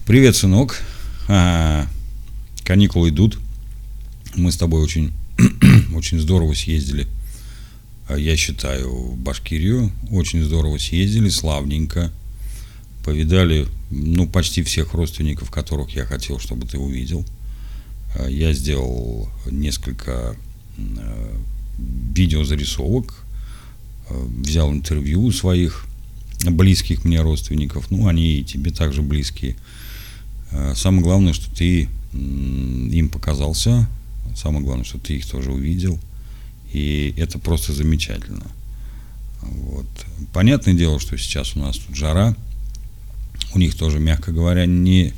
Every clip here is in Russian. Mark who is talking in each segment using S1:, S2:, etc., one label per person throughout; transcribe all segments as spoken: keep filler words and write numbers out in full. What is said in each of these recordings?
S1: Привет, сынок. А, каникулы идут. Мы с тобой очень, очень здорово съездили, я считаю, в Башкирию. Очень здорово съездили, славненько. Повидали, ну, почти всех родственников, которых я хотел, чтобы ты увидел. Я сделал несколько видеозарисовок, взял интервью у своих близких мне родственников. Ну, они и тебе также близкие. Самое главное, что ты им показался. Самое главное, что ты их тоже увидел. И это просто замечательно. Вот. Понятное дело, что сейчас у нас тут жара. У них тоже, мягко говоря, не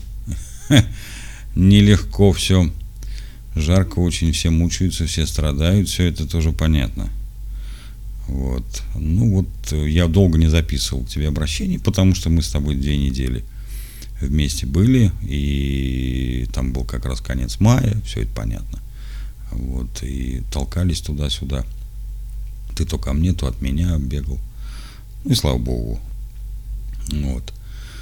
S1: нелегко все. Жарко очень, все мучаются, все страдают. Все это тоже понятно. Вот. Ну вот, я долго не записывал к тебе обращений, потому что мы с тобой две недели вместе были, и там был как раз конец мая, все это понятно. Вот, и толкались туда-сюда. Ты то ко мне, то от меня бегал. Ну и слава богу. Вот.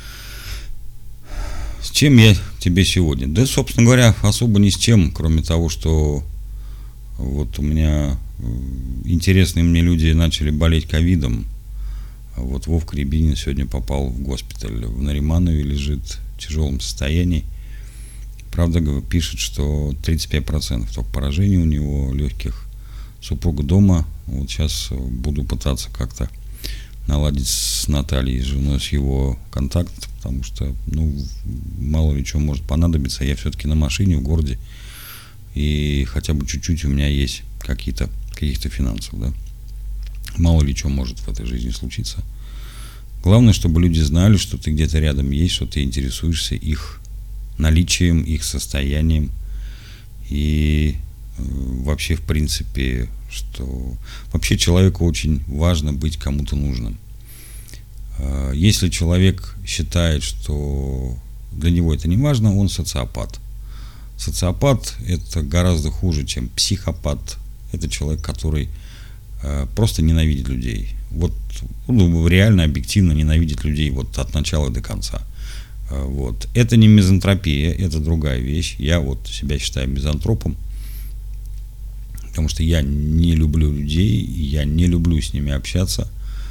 S1: С чем я тебе сегодня? Да, собственно говоря, особо ни с чем, кроме того, что вот у меня интересные мне люди начали болеть ковидом. Вот Вовка Рябинин сегодня попал в госпиталь в Нариманове, лежит в тяжелом состоянии. Правда, пишет, что тридцать пять процентов только поражений у него легких. Супруга дома. Вот сейчас буду пытаться как-то наладить с Натальей, женой, с его контакт, потому что, ну, мало ли что может понадобиться. Я все-таки на машине в городе, и хотя бы чуть-чуть у меня есть какие-то каких-то финансов, да. Мало ли что может в этой жизни случиться. Главное, чтобы люди знали, что ты где-то рядом есть, что ты интересуешься их наличием, их состоянием. И э, вообще, в принципе, что вообще человеку очень важно быть кому-то нужным. Э, если человек считает, что для него это не важно, он социопат. Социопат – это гораздо хуже, чем психопат. Это человек, который просто ненавидит людей. Вот, ну, реально, объективно ненавидит людей вот от начала до конца. Вот. Это не мизантропия, это другая вещь. Я вот себя считаю мизантропом, потому что я не люблю людей, я не люблю с ними общаться.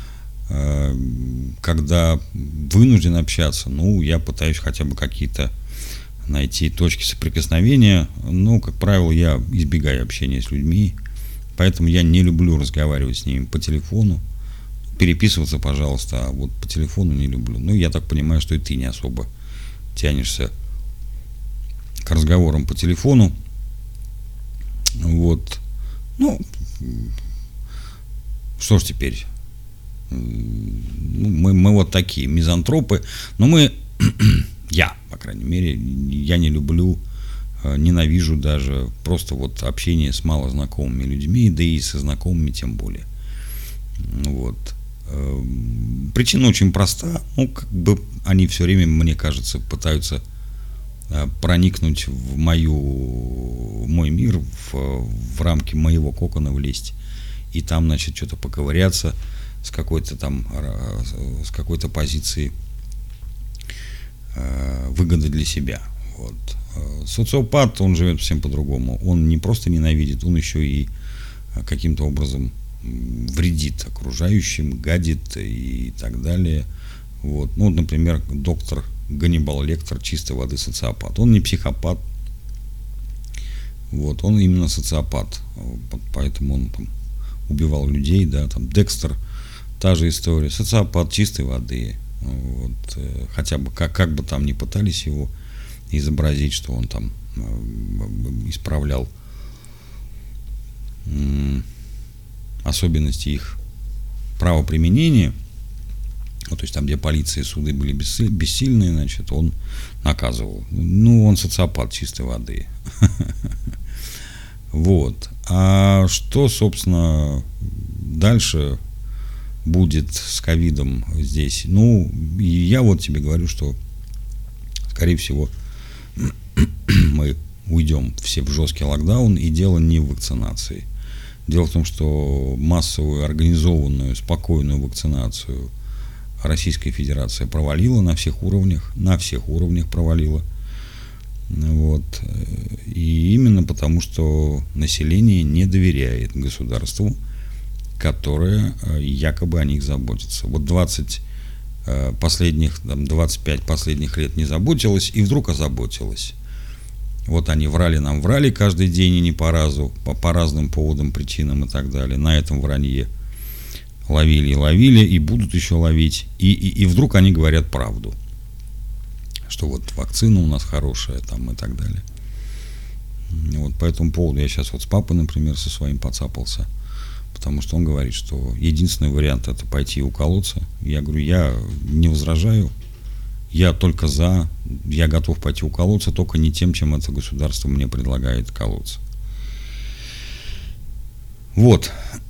S1: Когда вынужден общаться, ну, я пытаюсь хотя бы какие-то найти точки соприкосновения, но, как правило, я избегаю общения с людьми. Поэтому я не люблю разговаривать с ними по телефону. Переписываться, пожалуйста, а вот по телефону не люблю. Ну, я так понимаю, что и ты не особо тянешься к разговорам по телефону. Вот. Ну, что ж теперь? Мы, мы вот такие мизантропы. Но мы, я, по крайней мере, я не люблю, ненавижу даже просто вот общение с малознакомыми людьми, да и со знакомыми тем более. Вот. Причина очень проста. Ну, как бы они все время, мне кажется, пытаются проникнуть в мою, в мой мир, в, в рамки моего кокона влезть. И там, значит, что-то поковыряться с какой-то там, с какой-то позиции выгоды для себя. Вот. Социопат, он живет всем по-другому. Он не просто ненавидит, он еще и каким-то образом вредит окружающим, гадит и так далее. Вот. Ну, например, доктор Ганнибал Лектор чистой воды социопат. Он не психопат. Вот. Он именно социопат. Поэтому он там убивал людей, да, там Декстер, та же история. Социопат чистой воды. Вот. Хотя бы как, как бы там ни пытались его изобразить, что он там исправлял особенности их правоприменения, ну, то есть там, где полиция и суды были бессильные, значит, он наказывал. Ну, он социопат чистой воды. Вот. А что, собственно, дальше будет с ковидом здесь? Ну, я вот тебе говорю, что, скорее всего, мы уйдем все в жесткий локдаун, и дело не в вакцинации. Дело в том, что массовую, организованную, спокойную вакцинацию Российская Федерация провалила на всех уровнях, на всех уровнях провалила. Вот. И именно потому, что население не доверяет государству, которое якобы о них заботится. Вот двадцать последних, там, двадцать пять последних лет не заботилось, и вдруг озаботилось. Вот они врали нам, врали каждый день и не по разу, по, по разным поводам, причинам и так далее. На этом вранье ловили и ловили, и будут еще ловить. И, и, и вдруг они говорят правду. Что вот вакцина у нас хорошая, там, и так далее. Вот по этому поводу я сейчас вот с папой, например, со своим поцапался. Потому что он говорит, что единственный вариант — это пойти уколоться. Я говорю, я не возражаю. Я только за, я готов пойти уколоться, только не тем, чем это государство мне предлагает колоться. Вот.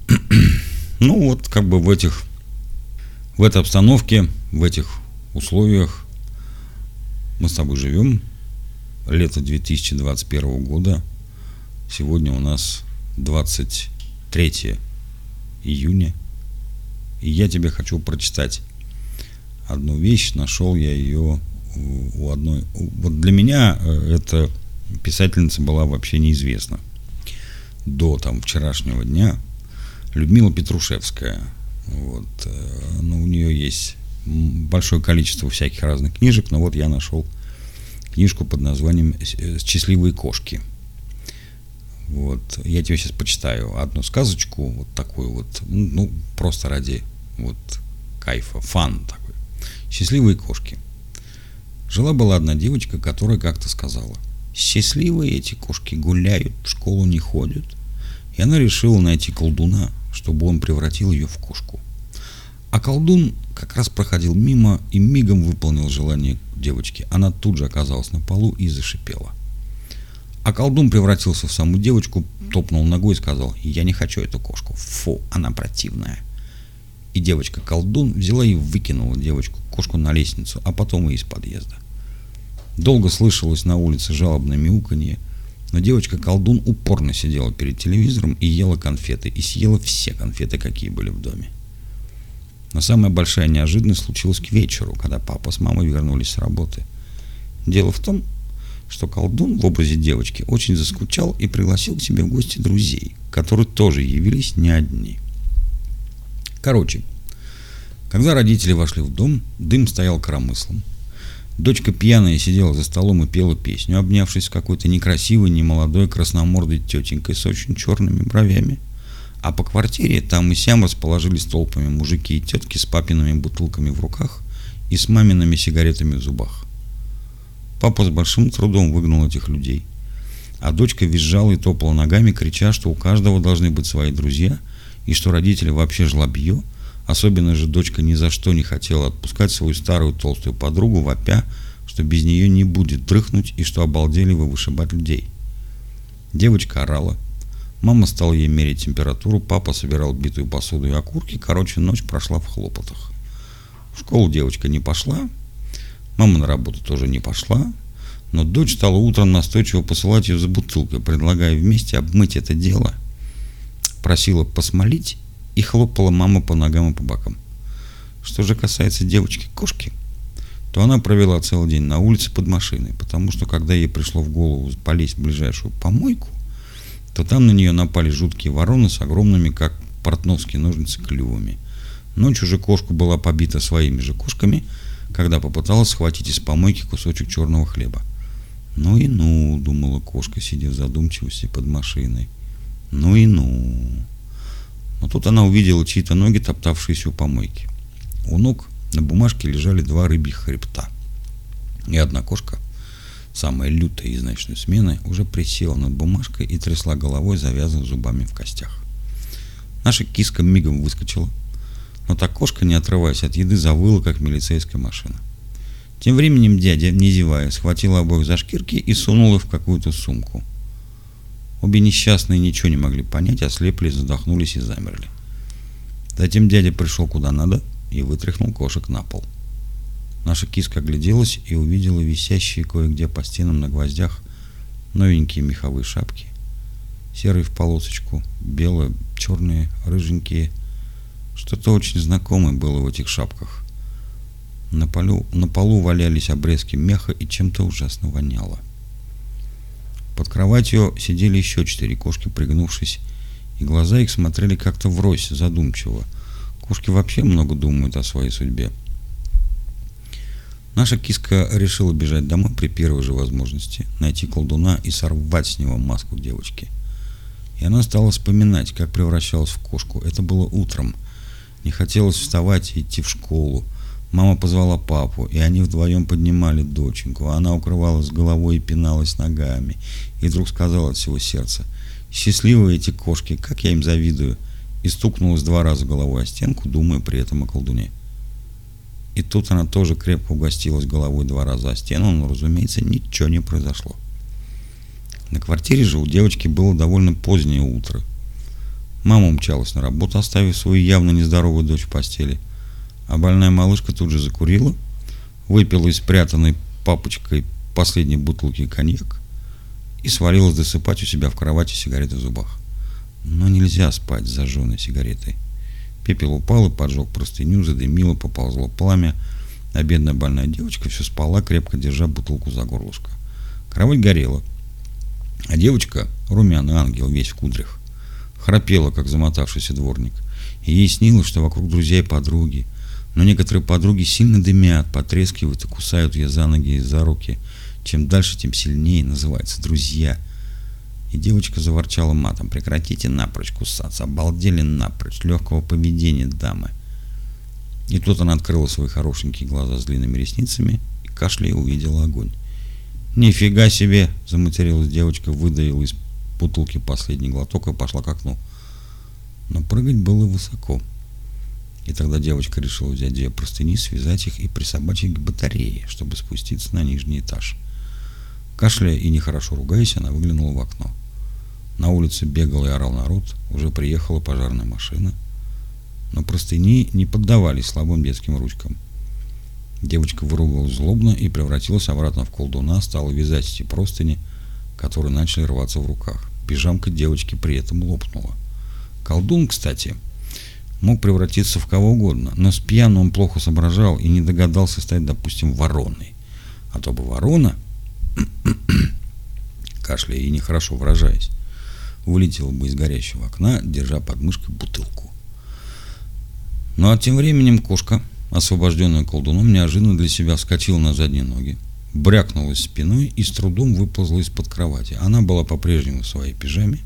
S1: Ну вот, как бы в этих, в этой обстановке, в этих условиях мы с тобой живем. Лето две тысячи двадцать первого года. Сегодня у нас двадцать третье июня. И я тебе хочу прочитать одну вещь. Нашел я ее у одной. Вот для меня эта писательница была вообще неизвестна до там вчерашнего дня. Людмила Петрушевская. Вот. Но у нее есть большое количество всяких разных книжек, но вот я нашел книжку под названием «Счастливые кошки». Вот. Я тебе сейчас почитаю одну сказочку, вот такую вот, ну, просто ради вот кайфа, фан такой. «Счастливые кошки». Жила-была одна девочка, которая как-то сказала: «Счастливые эти кошки гуляют, в школу не ходят». И она решила найти колдуна, чтобы он превратил ее в кошку. А колдун как раз проходил мимо и мигом выполнил желание девочки. Она тут же оказалась на полу и зашипела. А колдун превратился в саму девочку, топнул ногой и сказал: «Я не хочу эту кошку. Фу, она противная». И девочка-колдун взяла и выкинула девочку-кошку на лестницу, а потом и из подъезда. Долго слышалось на улице жалобное мяуканье, но девочка-колдун упорно сидела перед телевизором и ела конфеты, и съела все конфеты, какие были в доме. Но самая большая неожиданность случилась к вечеру, когда папа с мамой вернулись с работы. Дело в том, что колдун в образе девочки очень заскучал и пригласил к себе в гости друзей, которые тоже явились не одни. Короче, когда родители вошли в дом, дым стоял коромыслом. Дочка пьяная сидела за столом и пела песню, обнявшись с какой-то некрасивой, немолодой, красномордой тетенькой с очень черными бровями. А по квартире там и сям расположились толпами мужики и тетки с папиными бутылками в руках и с мамиными сигаретами в зубах. Папа с большим трудом выгнал этих людей, а дочка визжала и топала ногами, крича, что у каждого должны быть свои друзья, и что родители вообще жлобье. Особенно же дочка ни за что не хотела отпускать свою старую толстую подругу, вопя, что без нее не будет дрыхнуть и что обалдели вы вышибать людей. Девочка орала. Мама стала ей мерить температуру, папа собирал битую посуду и окурки. Короче, ночь прошла в хлопотах. В школу девочка не пошла, мама на работу тоже не пошла, но дочь стала утром настойчиво посылать ее за бутылкой, предлагая вместе обмыть это дело. Просила посмолить и хлопала мама по ногам и по бокам. Что же касается девочки-кошки, то она провела целый день на улице под машиной, потому что когда ей пришло в голову полезть в ближайшую помойку, то там на нее напали жуткие вороны с огромными, как портновские ножницы, клювами. Ночью же кошка была побита своими же кошками, когда попыталась схватить из помойки кусочек черного хлеба. «Ну и ну», — думала кошка, сидя в задумчивости под машиной. «Ну и ну». Но тут она увидела чьи-то ноги, топтавшиеся у помойки. У ног на бумажке лежали два рыбьих хребта. И одна кошка, самая лютая из ночной смены, уже присела над бумажкой и трясла головой, завязав зубами в костях. Наша киска мигом выскочила, но та кошка, не отрываясь от еды, завыла, как милицейская машина. Тем временем дядя, не зевая, схватил обоих за шкирки и сунул их в какую-то сумку. Обе несчастные ничего не могли понять, ослепли, задохнулись и замерли. Затем дядя пришел куда надо и вытряхнул кошек на пол. Наша киска огляделась и увидела висящие кое-где по стенам на гвоздях новенькие меховые шапки, серые в полосочку, белые, черные, рыженькие. Что-то очень знакомое было в этих шапках. На полу, на полу валялись обрезки меха и чем-то ужасно воняло. Под кроватью сидели еще четыре кошки, пригнувшись, и глаза их смотрели как-то врозь, задумчиво. Кошки вообще много думают о своей судьбе. Наша киска решила бежать домой при первой же возможности, найти колдуна и сорвать с него маску девочки. И она стала вспоминать, как превращалась в кошку. Это было утром. Не хотелось вставать и идти в школу. Мама позвала папу, и они вдвоем поднимали доченьку. Она укрывалась головой и пиналась ногами. И вдруг сказала от всего сердца: «Счастливые эти кошки, как я им завидую!» И стукнулась два раза головой о стенку, думая при этом о колдуне. И тут она тоже крепко угостилась головой два раза о стену, но, разумеется, ничего не произошло. На квартире же у девочки было довольно позднее утро. Мама умчалась на работу, оставив свою явно нездоровую дочь в постели. А больная малышка тут же закурила, выпила из спрятанной папочкой последней бутылки коньяк и свалилась досыпать у себя в кровати с сигаретой в зубах. Но нельзя спать с зажженной сигаретой. Пепел упал и поджег простыню, задымило, поползло пламя, а бедная больная девочка все спала, крепко держа бутылку за горлышко. Кровать горела, а девочка, румяный ангел, весь в кудрях, храпела, как замотавшийся дворник. И ей снилось, что вокруг друзья и подруги, но некоторые подруги сильно дымят, потрескивают и кусают ее за ноги и за руки. Чем дальше, тем сильнее, называются друзья. И девочка заворчала матом: «Прекратите напрочь кусаться, обалдели напрочь, легкого поведения, дамы». И тут она открыла свои хорошенькие глаза с длинными ресницами и, кашляя, увидела огонь. «Нифига себе!» — заматерилась девочка, выдавила из бутылки последний глоток и пошла к окну. Но прыгать было высоко. И тогда девочка решила взять две простыни, связать их и присобачить к батарее, чтобы спуститься на нижний этаж. Кашляя и нехорошо ругаясь, она выглянула в окно. На улице бегал и орал народ, уже приехала пожарная машина. Но простыни не поддавались слабым детским ручкам. Девочка выругалась злобно и превратилась обратно в колдуна, стала вязать эти простыни, которые начали рваться в руках. Пижамка девочки при этом лопнула. Колдун, кстати, мог превратиться в кого угодно, но с пьяну он плохо соображал и не догадался стать, допустим, вороной. А то бы ворона, кашляя и нехорошо выражаясь, вылетела бы из горящего окна, держа под мышкой бутылку. Ну а тем временем кошка, освобожденная колдуном, неожиданно для себя вскочила на задние ноги, брякнулась спиной и с трудом выползла из-под кровати. Она была по-прежнему в своей пижаме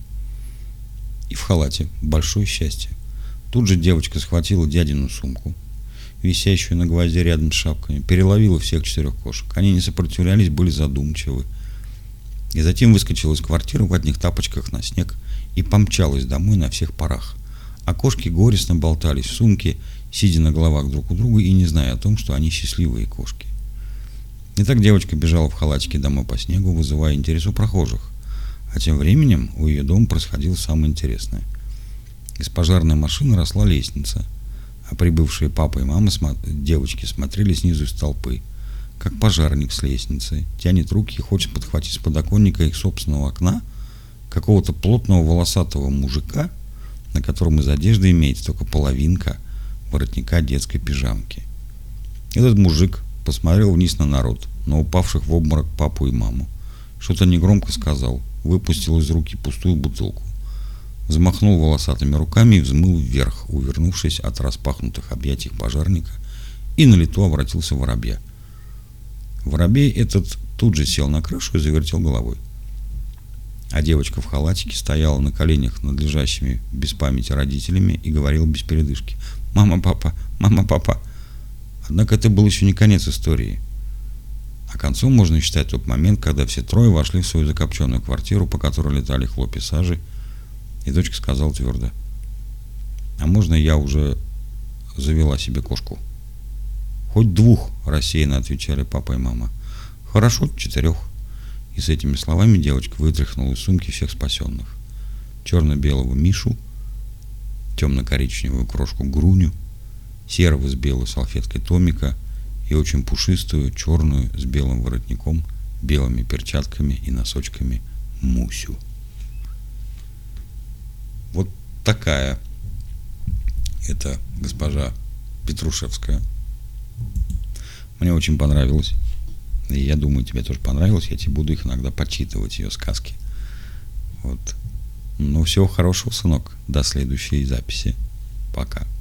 S1: и в халате. Большое счастье. Тут же девочка схватила дядину сумку, висящую на гвозде рядом с шапками, переловила всех четырех кошек. Они не сопротивлялись, были задумчивы. И затем выскочила из квартиры в одних тапочках на снег и помчалась домой на всех парах. А кошки горестно болтались в сумке, сидя на головах друг у друга и не зная о том, что они счастливые кошки. И так девочка бежала в халатике домой по снегу, вызывая интерес у прохожих. А тем временем у ее дома происходило самое интересное. Из пожарной машины росла лестница, а прибывшие папа и мама смо- девочки смотрели снизу из толпы, как пожарник с лестницы тянет руки и хочет подхватить с подоконника их собственного окна какого-то плотного волосатого мужика, на котором из одежды имеется только половинка воротника детской пижамки. Этот мужик посмотрел вниз на народ, на упавших в обморок папу и маму, что-то негромко сказал, выпустил из руки пустую бутылку, взмахнул волосатыми руками и взмыл вверх, увернувшись от распахнутых объятий пожарника, и на лету обратился в воробья. Воробей этот тут же сел на крышу и завертел головой. А девочка в халатике стояла на коленях над лежащими без памяти родителями и говорила без передышки: «Мама, папа, мама, папа». Однако это был еще не конец истории. А концом можно считать тот момент, когда все трое вошли в свою закопченную квартиру, по которой летали хлопья сажи, и дочка сказала твердо: «А можно я уже завела себе кошку?» «Хоть двух», — рассеянно отвечали папа и мама. «Хорошо, четырех». И с этими словами девочка вытряхнула из сумки всех спасенных: черно-белого Мишу, темно-коричневую крошку Груню, серого с белой салфеткой Томика и очень пушистую, черную, с белым воротником, белыми перчатками и носочками Мусю. Вот такая это госпожа Петрушевская. Мне очень понравилось. И я думаю, тебе тоже понравилось. Я тебе буду их иногда почитывать, ее сказки. Вот. Ну, всего хорошего, сынок. До следующей записи. Пока.